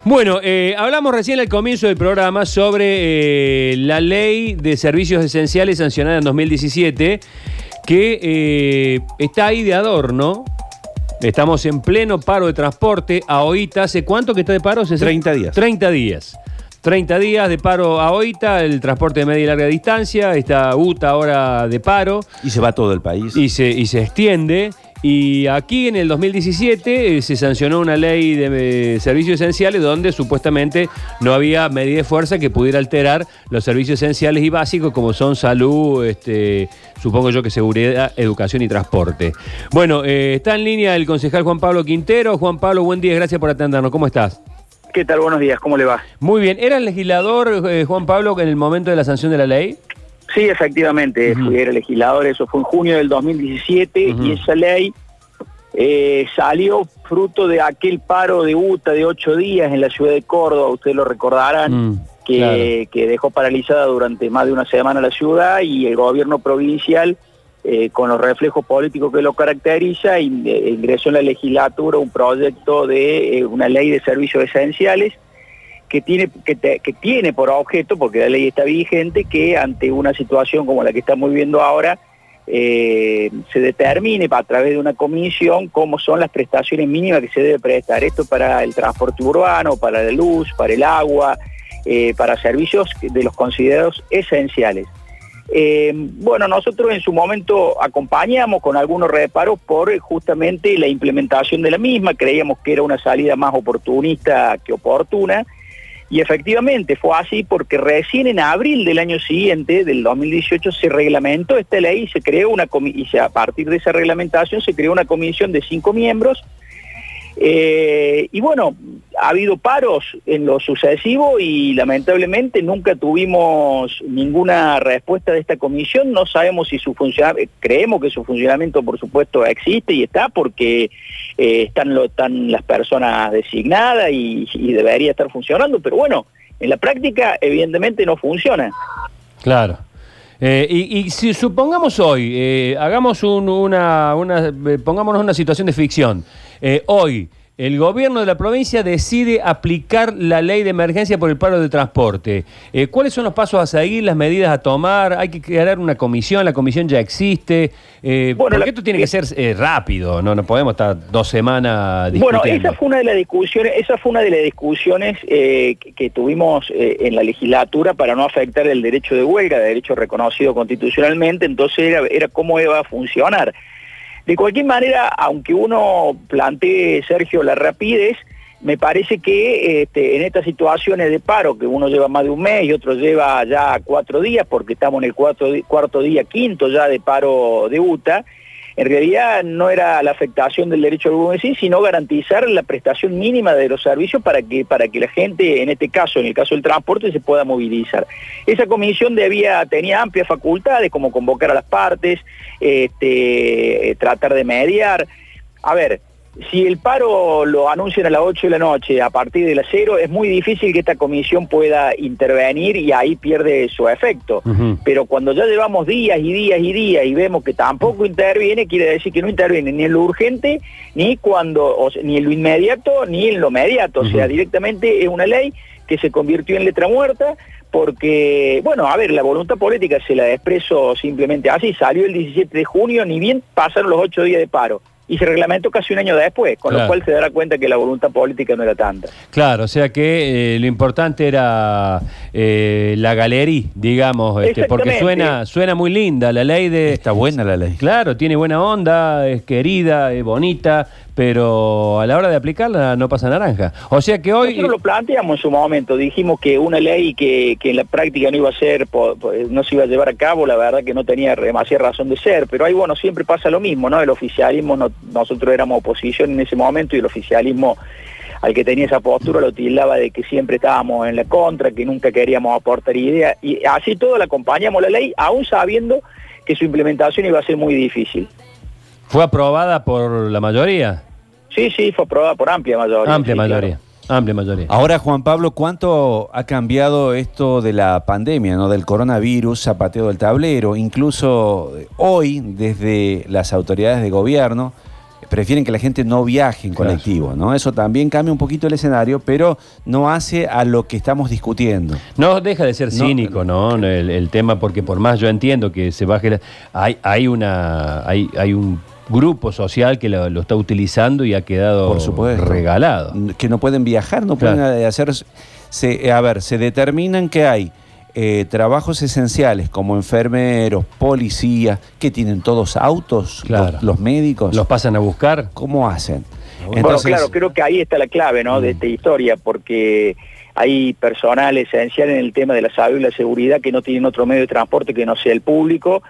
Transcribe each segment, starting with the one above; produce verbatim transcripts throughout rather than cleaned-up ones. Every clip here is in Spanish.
Bueno, eh, hablamos recién al comienzo del programa sobre eh, la ley de servicios esenciales sancionada en dos mil diecisiete, que eh, está ahí de adorno. Estamos en pleno paro de transporte. AOITA, ¿hace cuánto que está de paro? treinta días. treinta días. treinta días de paro AOITA, el transporte de media y larga distancia. Está UTA ahora de paro. Y se va todo el país. Y se, y se extiende. Y aquí en el dos mil diecisiete eh, se sancionó una ley de eh, servicios esenciales donde supuestamente no había medida de fuerza que pudiera alterar los servicios esenciales y básicos como son salud, este, supongo yo que seguridad, educación y transporte. Bueno, eh, está en línea el concejal Juan Pablo Quintero. Juan Pablo, buen día, gracias por atendernos. ¿Cómo estás? ¿Qué tal? Buenos días, ¿cómo le va? Muy bien. ¿Era el legislador, eh, Juan Pablo, en el momento de la sanción de la ley? Sí, efectivamente, uh-huh. Fui era legislador, eso fue en junio del dos mil diecisiete, uh-huh. Y esa ley eh, salió fruto de aquel paro de UTA de ocho días en la ciudad de Córdoba, ustedes lo recordarán, uh-huh. que, claro. que dejó paralizada durante más de una semana la ciudad, y el gobierno provincial, eh, con los reflejos políticos que lo caracteriza, in, eh, ingresó en la legislatura un proyecto de eh, una ley de servicios esenciales, que tiene que, te, que tiene por objeto, porque la ley está vigente, que ante una situación como la que estamos viviendo ahora, eh, se determine a través de una comisión cómo son las prestaciones mínimas que se debe prestar. Esto para el transporte urbano, para la luz, para el agua, eh, para servicios de los considerados esenciales. Eh, bueno, nosotros en su momento acompañamos con algunos reparos por justamente la implementación de la misma, creíamos que era una salida más oportunista que oportuna. Y efectivamente fue así porque recién en abril del año siguiente, del dos mil dieciocho, se reglamentó esta ley y se creó una y se, a partir de esa reglamentación se creó una comisión de cinco miembros. Eh, y bueno, ha habido paros en lo sucesivo y lamentablemente nunca tuvimos ninguna respuesta de esta comisión. No sabemos si su funcionamiento, creemos que su funcionamiento por supuesto existe y está porque eh, están, lo, están las personas designadas y, y debería estar funcionando, pero bueno, en la práctica evidentemente no funciona. Claro. Eh, y, y si supongamos hoy, eh, hagamos un, una, una, eh, pongámonos una situación de ficción. Eh, hoy, el gobierno de la provincia decide aplicar la ley de emergencia por el paro de transporte. Eh, ¿Cuáles son los pasos a seguir, las medidas a tomar? ¿Hay que crear una comisión? ¿La comisión ya existe? Eh, bueno, porque la, esto tiene que ser eh, rápido, no no podemos estar dos semanas discutiendo. Bueno, esa fue una de las discusiones, esa fue una de las discusiones eh, que, que tuvimos eh, en la legislatura para no afectar el derecho de huelga, derecho reconocido constitucionalmente, entonces era, era cómo iba a funcionar. De cualquier manera, aunque uno plantee, Sergio, la rapidez, me parece que este, en estas situaciones de paro, que uno lleva más de un mes y otro lleva ya cuatro días, porque estamos en el cuarto, cuarto día, quinto ya de paro de UTA, en realidad no era la afectación del derecho al en sí, sino garantizar la prestación mínima de los servicios para que, para que la gente, en este caso, en el caso del transporte, se pueda movilizar. Esa comisión debía, tenía amplias facultades, como convocar a las partes, este, tratar de mediar. A ver, si el paro lo anuncian a las ocho de la noche, a partir de las cero, es muy difícil que esta comisión pueda intervenir y ahí pierde su efecto. Uh-huh. Pero cuando ya llevamos días y días y días y vemos que tampoco interviene, quiere decir que no interviene ni en lo urgente, ni cuando, o sea, ni en lo inmediato, ni en lo mediato. Uh-huh. O sea, directamente es una ley que se convirtió en letra muerta, porque, bueno, a ver, la voluntad política se la expresó simplemente así, salió el diecisiete de junio, ni bien pasaron los ocho días de paro. Y se reglamentó casi un año después, con claro. lo cual se dará cuenta que la voluntad política no era tanta. Claro, o sea que eh, lo importante era eh, la galería, digamos, este, porque suena suena muy linda la ley de... Está buena la ley. Claro, tiene buena onda, es querida, es bonita, pero a la hora de aplicarla no pasa naranja. O sea que hoy... Nosotros lo planteamos en su momento, dijimos que una ley que, que en la práctica no iba a ser, no se iba a llevar a cabo, la verdad que no tenía demasiada razón de ser, pero ahí, bueno, siempre pasa lo mismo, ¿no? El oficialismo, no, nosotros éramos oposición en ese momento y el oficialismo, al que tenía esa postura, lo tildaba de que siempre estábamos en la contra, que nunca queríamos aportar ideas, y así todo le acompañamos la ley, aún sabiendo que su implementación iba a ser muy difícil. ¿Fue aprobada por la mayoría? Sí, sí, fue aprobada por amplia mayoría. Amplia sí, mayoría. Claro. Amplia mayoría. Ahora, Juan Pablo, ¿cuánto ha cambiado esto de la pandemia, ¿no? Del coronavirus, zapateo del tablero? Incluso hoy, desde las autoridades de gobierno, prefieren que la gente no viaje en colectivo, ¿no? Eso también cambia un poquito el escenario, pero no hace a lo que estamos discutiendo. No deja de ser cínico, ¿no? ¿no? El, el tema, porque por más yo entiendo que se baje, la, hay, hay una, hay, hay un grupo social que lo, lo está utilizando y ha quedado por supuesto regalado. Que no pueden viajar, no claro. pueden hacer, se, a ver, se determinan que hay Eh, trabajos esenciales como enfermeros, policías, que tienen todos autos, claro. los, los médicos. ¿Los pasan a buscar? ¿Cómo hacen? Bueno, Entonces, claro, creo que ahí está la clave, ¿no? De esta historia, porque hay personal esencial en el tema de la salud y la seguridad que no tienen otro medio de transporte que no sea el público,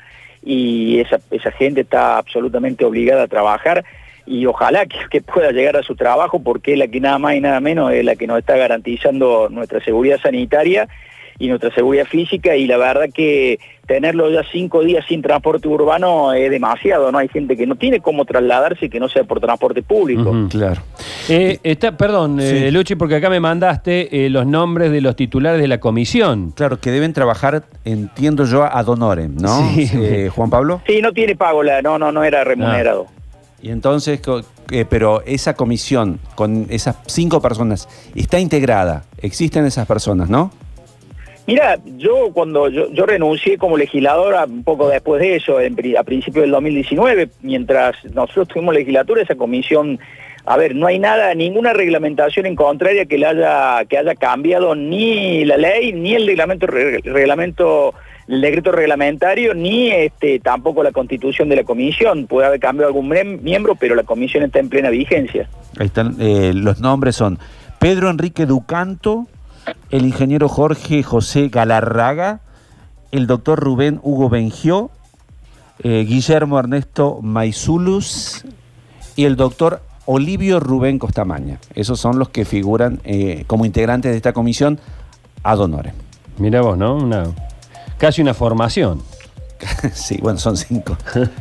y esa, esa gente está absolutamente obligada a trabajar, y ojalá que, que pueda llegar a su trabajo, porque es la que nada más y nada menos es la que nos está garantizando nuestra seguridad sanitaria y nuestra seguridad física, y la verdad que tenerlo ya cinco días sin transporte urbano es demasiado, ¿no? Hay gente que no tiene cómo trasladarse que no sea por transporte público. Uh-huh, claro. Eh, está, perdón, sí. eh, Luchi, porque acá me mandaste eh, los nombres de los titulares de la comisión. Claro, que deben trabajar, entiendo yo, ad honorem, ¿no? Sí. Eh, Juan Pablo. Sí, no tiene pago, la, no, no, no era remunerado. Ah. Y entonces, eh, pero esa comisión con esas cinco personas está integrada, existen esas personas, ¿no? Mira, yo cuando yo, yo renuncié como legisladora un poco después de eso, en, a principios del dos mil diecinueve, mientras nosotros tuvimos legislatura, esa comisión, a ver, no hay nada, ninguna reglamentación en contraria que le haya que haya cambiado ni la ley, ni el reglamento, reglamento el decreto reglamentario, ni este tampoco la constitución de la comisión. Puede haber cambiado algún miembro, pero la comisión está en plena vigencia. Ahí están, eh, los nombres son Pedro Enrique Ducanto, el ingeniero Jorge José Galarraga, el doctor Rubén Hugo Bengió, eh, Guillermo Ernesto Maizulus y el doctor Olivio Rubén Costamaña. Esos son los que figuran eh, como integrantes de esta comisión ad honorem. Mira vos, ¿no? Una, casi una formación. Sí, bueno, son cinco.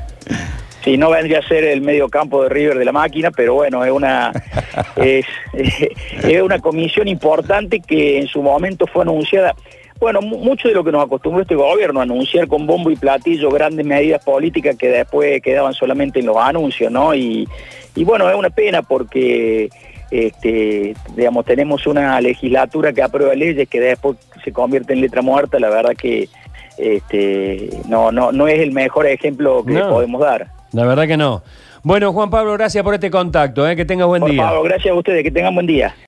Sí, no vendría a ser el medio campo de River de la máquina, pero bueno, es una es, es una comisión importante que en su momento fue anunciada. Bueno, mucho de lo que nos acostumbró este gobierno a anunciar con bombo y platillo grandes medidas políticas que después quedaban solamente en los anuncios, ¿no? Y, y bueno, es una pena porque este, digamos, tenemos una legislatura que aprueba leyes que después se convierte en letra muerta. La verdad que este, no, no, no es el mejor ejemplo que no. podemos dar. La verdad que no. Bueno, Juan Pablo, gracias por este contacto, ¿eh? Que tengas buen por día. Por favor, gracias a ustedes, que tengan buen día.